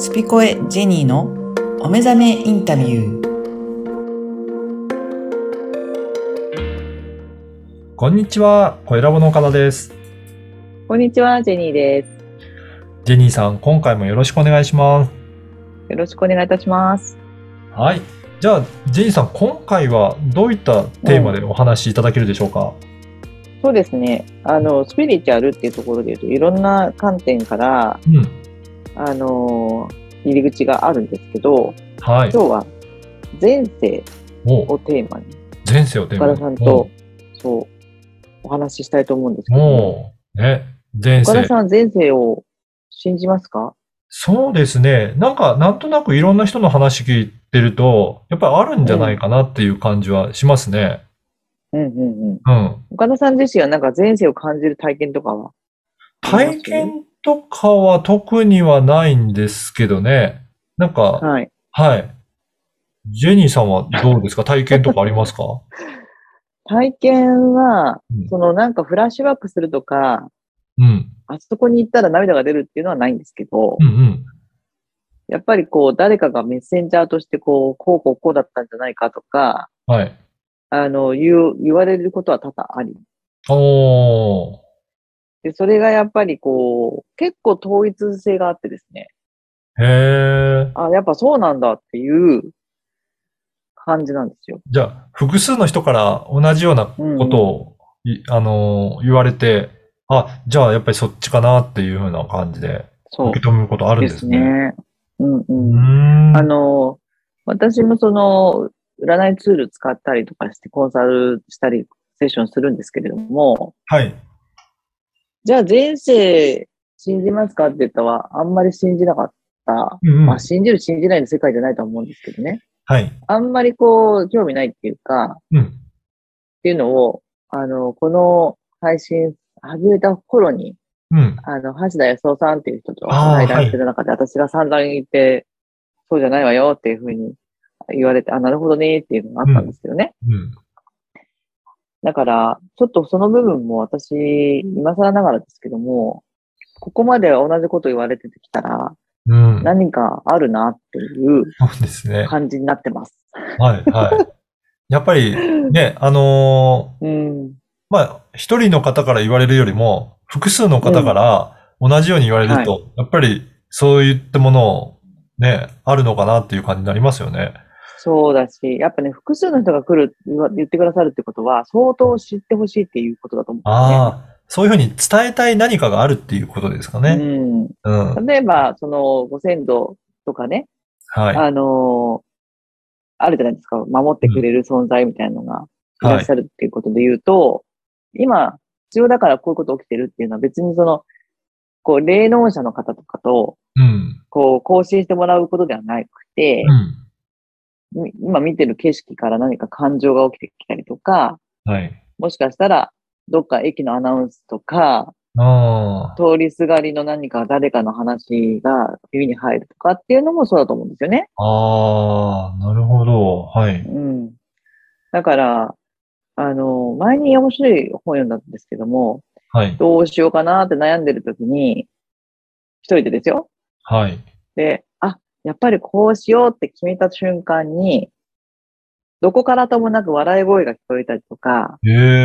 スピコエジェニーのお目覚めインタビュー。 こんにちは、小ラボの岡田です。 こんにちは、ジェニーです。 ジェニーさん、今回もよろしくお願いします。 よろしくお願いいたします。 はい。じゃあ、ジェニーさん、今回はどういったテーマでお話しいただけるでしょうか？ そうですね。スピリチュアルっていうところで言うと、いろんな観点から、入り口があるんですけど、 はい。 今日は前世をテーマに、 前世をテーマに。 岡田さんと、お話ししたいと思うんですけども、 前世。 岡田さんは前世を信じますか？ そうですね。なんとなくいろんな人の話聞いてると、やっぱりあるんじゃないかなっていう感じはしますね。 岡田さん自身は前世を感じる体験とかは体験とかは特にはないんですけどね。はい。ジェニーさんはどうですか？体験とかありますか？ 体験は、フラッシュバックするとか、あそこに行ったら涙が出るっていうのはないんですけど、やっぱり誰かがメッセンジャーとしてこうだったんじゃないかとか、言われることは多々あり。で、それがやっぱり結構統一性があってですね。やっぱそうなんだっていう感じなんですよ。 じゃあ、複数の人から同じようなことを、言われて、じゃあやっぱりそっちかなっていうふうな感じで受け止めることあるんですね。 私も占いツール使ったりとかしてコンサルしたりセッションするんですけれども、じゃあ前世信じますかって言ったらあんまり信じなかった。信じる信じないの世界じゃないと思うんですけどね。あんまり興味ないっていうか、っていうのを、この配信始めた頃に、橋田康夫さんっていう人と対談してる中で、私が散々言って、そうじゃないわよっていうふうに言われて、なるほどねっていうのがあったんですけどね。だから、ちょっとその部分も私、今更ながらですけども、ここまで同じこと言われてきたら、何かあるなっていう感じになってます。 やっぱりね、一人の方から言われるよりも、複数の方から同じように言われると、やっぱりそういったものをね、あるのかなっていう感じになりますよね。 そうだし、やっぱね、複数の人が来る、言ってくださるってことは、相当知ってほしいっていうことだと思うんですね。 そういうふうに伝えたい何かがあるっていうことですかね。 例えば、ご先祖とかね、あるじゃないですか、守ってくれる存在みたいなのがいらっしゃるっていうことで言うと、今、必要だからこういうこと起きてるっていうのは別に霊能者の方とかと、交信してもらうことではなくて、今見てる景色から何か感情が起きてきたりとか、もしかしたら、どっか駅のアナウンスとか、通りすがりの何か誰かの話が耳に入るとかっていうのもそうだと思うんですよね。 なるほど。 だから、前に面白い本読んだんですけども、どうしようかなって悩んでる時に、一人でですよ。で、やっぱりこうしようって決めた瞬間に、どこからともなく笑い声が聞こえたりとか、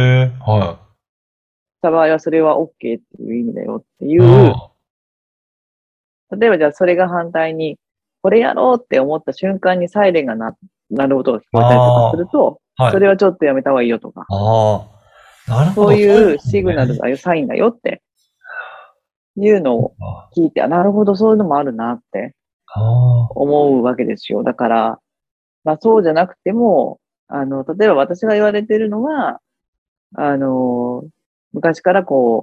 した場合はそれは OK っていう意味だよっていう、例えばじゃあそれが反対に、これやろうって思った瞬間にサイレンが鳴る音が聞こえたりとかすると、それはちょっとやめた方がいいよとか、そういうシグナルだよ、サインだよっていうのを聞いて、なるほど、そういうのもあるなって思うわけですよ。だから、そうじゃなくても、例えば私が言われてるのは、昔から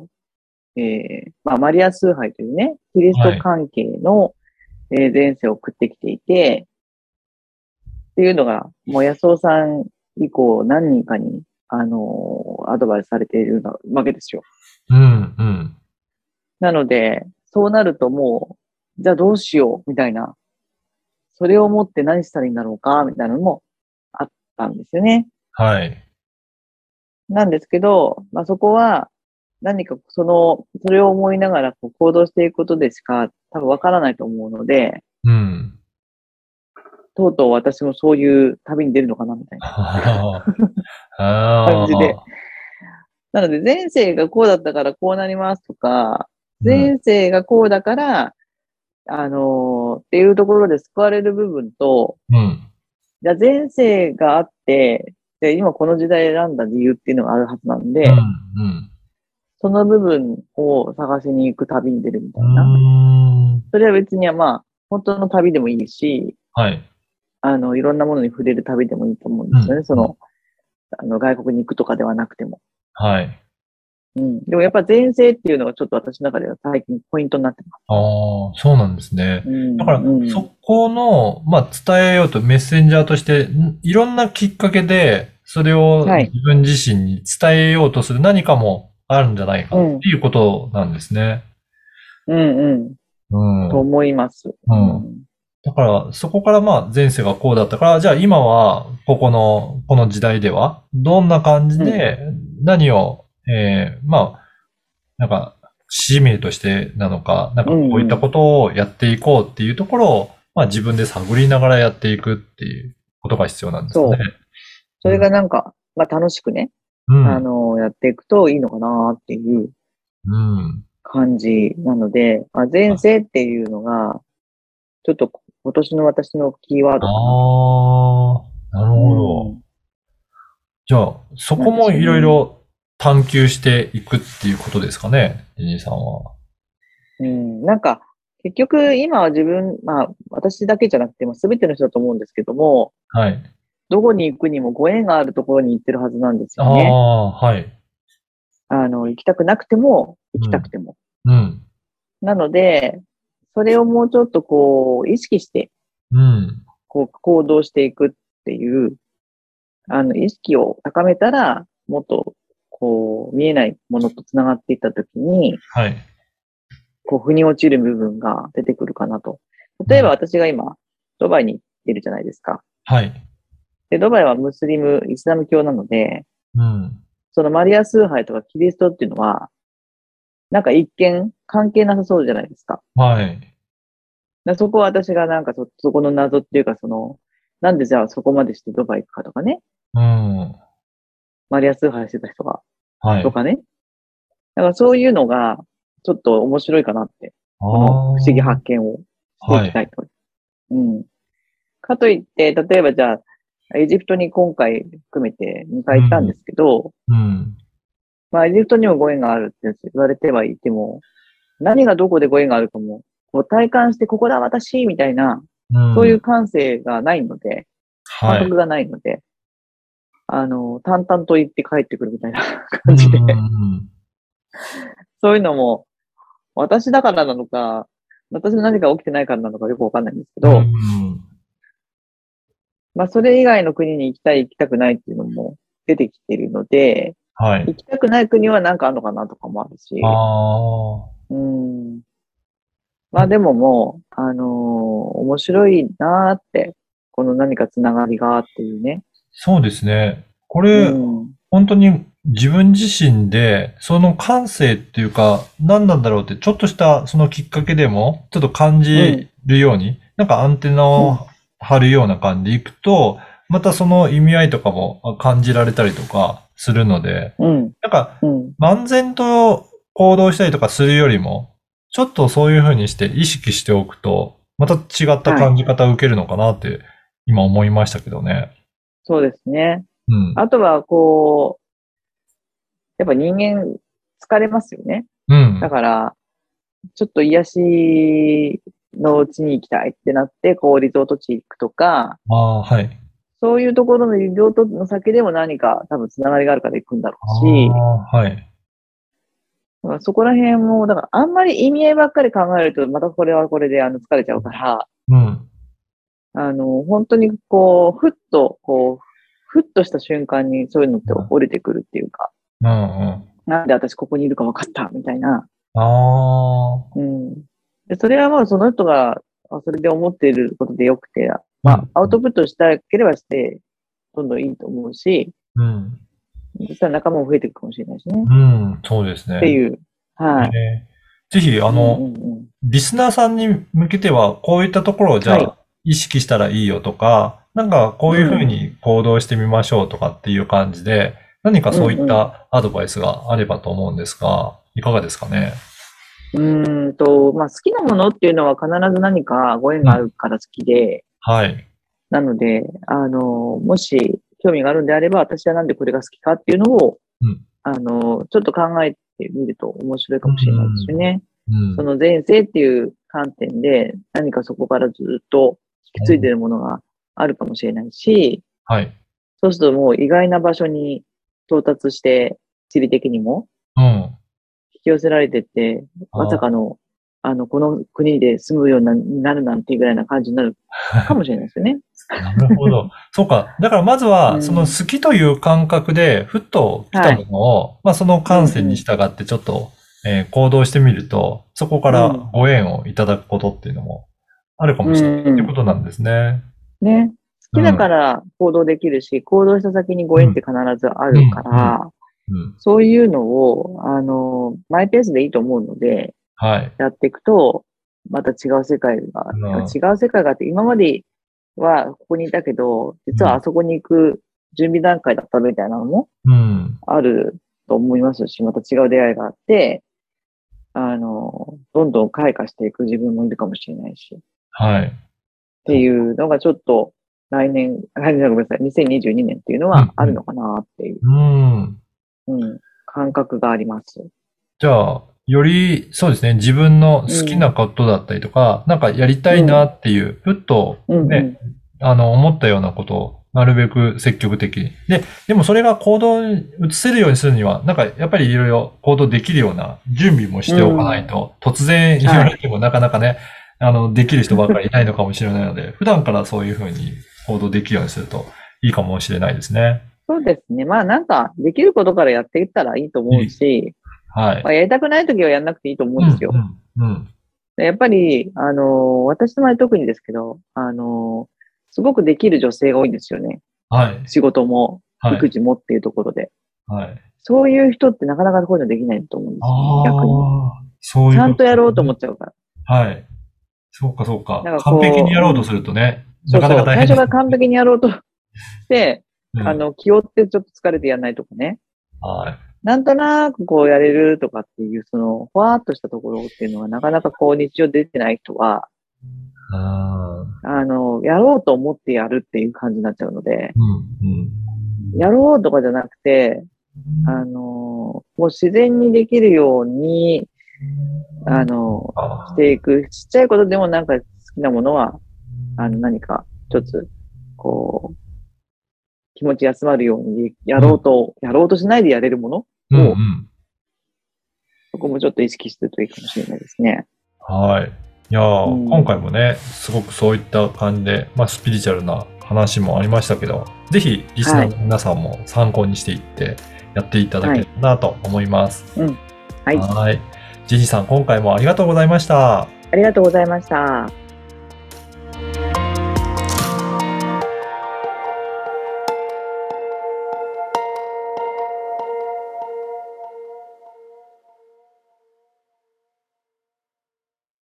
マリア崇拝というね、キリスト関係の、前世を送ってきていて、っていうのが、もう安尾さん以降何人かに、アドバイスされているわけですよ。なので、そうなるともう、じゃあどうしよう、みたいな。それをもって何したらいいんだろうか、みたいなのもあったんですよね。なんですけど、そこは、何かそれを思いながら行動していくことでしか多分わからないと思うので、 うん。 とうとう私もそういう旅に出るのかなみたいな感じで。 ああ、 なので、前世がこうだったからこうなりますとか、 うん。 前世がこうだから、っていうところで救われる部分と、 うん。 じゃあ前世があって、で、今この時代選んだ理由っていうのがあるはずなんうん。 で、 うん。 その部分を探しに行く旅に出るみたうーいな。 ん。 それは別にはまあ、本当の旅でもいいし、 はい。 いろんなものに触れる旅でもいいと思うんうん。 ですよね。 うん。 外国に行くとかではなくても。 はい。 うん。でもやっぱ前世っていうのがちょっと私の中では最近ポイントになってます。 ああ、そうなんですね。 うん、 だから、 うん。 そこの、まあ、伝えようとメッセンジャーとして、いろんなきっかけで、それをはい。 自分自身に伝えようとする何かもあるんじゃないかっうん、 ていうことなんですね。 うん、うん。 うん。 と思います。 うん。 うん。 だから、そこからまあ前世がこうだったから、じゃあ今は、この時代では、どんな感じうん。 で、何を、まあ、なんか、使命としてなのか、なんうかこういっん、うん。 たことをやっていこうっていうところを、まあ自分で探りながらやっていくっていうことが必要なんですかね。 そう。それうん。 がなんか、まあ楽しくね、 うん。 やっていくといいのかなっていううん。 感じなので、まあ、前世っていうのが、ちょっと今年の私のキーワーあドかなと。 あ、なるうほど。 ん。 じゃあ、そなんでこもいすよね。 ろいろ探求していくっていうことですかね、ジニーさんは。 うん。なんか、結局今はまあ私だけじゃなくて、まあ、全ての人だと思うんですけども、 はい。 どこに行くにもご縁があるところに行ってるはずなんですあよね。 あ、はい。 行きたくなくても、行うん。 きたくても。 うん。 なので、それをもうちょっとこう、意識して、 うん。 こう、行動していくっていう、意識を高めたら、もっと、こう、見えないものと繋がっていったときに、 はい。 こう、腑に落ちる部分が出てくるかなと。例えばうん。 私が今、ドバイに行ってるじゃないですか。 はい。 で、ドバイはイスラム教なので、 うん。 そのマリア崇拝とかキリストっていうのは、なんか一見関係なさそうじゃないですか。 はい。 そこは私がなんかそこの謎っていうかなんでじゃあそこまでしてドバイ行くかとかね。 うん。 マリア崇拝してた人が、 はい。 とかね。だからそういうのが、ちょっと面白いかなって。 あこの不思議あ、 発見をしていはい。 きたいと。うん。かといって、例えばじゃあ、エジプトに今回含めて2回行ったんでうん。 すけど、 うん。 まあエジプトにもご縁があるって言われてはいても、何がどこでご縁があるかも、こう体感してここだ私みたいな、 うん。 そういう感性がないので、感はい。 覚がないので、淡々と言って帰ってくるみたいなう感じで、 ん。 そういうのも私だからなのか、私の何か起きてないからなのかよくわかんないんですけうど、 ん。 まあそれ以外の国に行きたい、行きたくないっていうのも出てきているので、 はい。 行きたくない国は何かあるのかなとかもあるあし、 あ、 うん。まあでももう、面白いなーって、この何かつながりがっていうね。 そうですね。こうれ、 ん。 本当に自分自身で、その感性っていうか、何なんだろうって、ちょっとしたそのきっかけでも、ちょっと感うん。 じるように、なんかアンテナをうん。 張るような感じでいくと、またその意味合いとかも感じられたりとかするので、 うん。 なんか、 うん。 漫然と行動したりとかするよりも、ちょっとそういう風にして意識しておくと、また違ったはい。 感じ方を受けるのかなって今思いましたけどね。 そうですね。 うん。 あとは、こう、やっぱ人間疲れますよね。 うん。 だから、ちょっと癒しのうちに行きたいってなって、こう、リゾート地行くとか、 ああ、はい。 そういうところのリゾートの先でも何か多分つながりがあるから行くんだろあうし、 あ、はい。 だからそこら辺も、だからあんまり意味合いばっかり考えると、またこれはこれで疲れちゃうから、 うん。 本当にこう、ふっとした瞬間にそういうのって降りてくるっていうか、 うん、うん。 なんで私ここにいるか分かったみたいな。 ああ、 うん。で、それはもうその人が、それで思っていることでよくて、まあ、 うん、 アウトプットしたければして、どんどんいいと思うし、 うん、 そしたら仲間も増えていくかもしれないしね。っうん、そうですね。 ていう。はい。 ぜひ、リスナーさんに向けては、こういったところをじゃあ、意識したらいいよとか、なんかこういうふうに行動してみましょうとかっていう感じで、何かそういったアドバイスがあればと思うんですが、いかがですかね。 好きなものっていうのは必ず何かご縁があるから好きで、 はい。 なので、もし興味があるんであれば、私はなんでこれが好きかっていうのを、ちょっと考えてみると面白いかもしれないですよね。その前世っていう観点で、何かそこからずっと引き継いでるものがあるかもしれないし、 はい。 そうするともう意外な場所に到達して、地理的にも、引き寄せられてって、まさかの、この国で住むようになるなんていうぐらいな感じになるかもしれないですよね。 なるほど。そうか。だからまずは、その好きという感覚で、ふっと来たものを、その感性に従ってちょっと、行動してみると、そこからご縁をいただくことっていうのもあるかもしれないということなんですね。 ね。好きだから行動できるし、行動した先にご縁って必ずあるから、そういうのを、マイペースでいいと思うので、やっていくと、また違う世界が、違う世界があって、今まではここにいたけど、実はあそこに行く準備段階だったみたいなのもあると思いますし、また違う出会いがあって、どんどん開花していく自分もいるかもしれないし。 はい。 っていうのがちょっとごめんなさい、2022年っていうのはあるのかなっていう、感覚があります。 じゃあ、より、そうですね、自分の好きなことだったりとか、なんかやりたいなっていう、ふっとね、思ったようなことを、なるべく積極的に。でもそれが行動に移せるようにするには、なんかやっぱりいろいろ行動できるような準備もしておかないと、突然言われてもなかなかね、できる人ばっかりいないのかもしれないので、普段からそういうふうに行動できるようにするといいかもしれないですね。 そうですね。なんか、できることからやっていったらいいと思うし、やりたくないときはやんなくていいと思うんですよ。やっぱり、私の場合特にですけど、すごくできる女性が多いんですよね。仕事も、育児もっていうところで。そういう人ってなかなかこういうのできないと思うんですよね、逆に。ちゃんとやろうと思っちゃうから。 そうか、そうか。完璧にやろうとするとね、なかなか大変です。 最初から完璧にやろうとして、気負ってちょっと疲れてやらないとかね。なんとなくこうやれるとかっていう、ふわーっとしたところっていうのはなかなか日常出てない人は、やろうと思ってやるっていう感じになっちゃうので、やろうとかじゃなくて、もう自然にできるように、していく。ちっちゃいことでもなんか好きなものは、何か一つ、気持ち休まるようにやろうとしないでやれるものを、そこもちょっと意識してるといいかもしれないですね。 いや今回もね、すごくそういった感じで、スピリチュアルな話もありましたけど、ぜひリスナーの皆さんも参考にしていってやっていただければなと思います。ジェジさん、今回もありがとうございました。 ありがとうございました。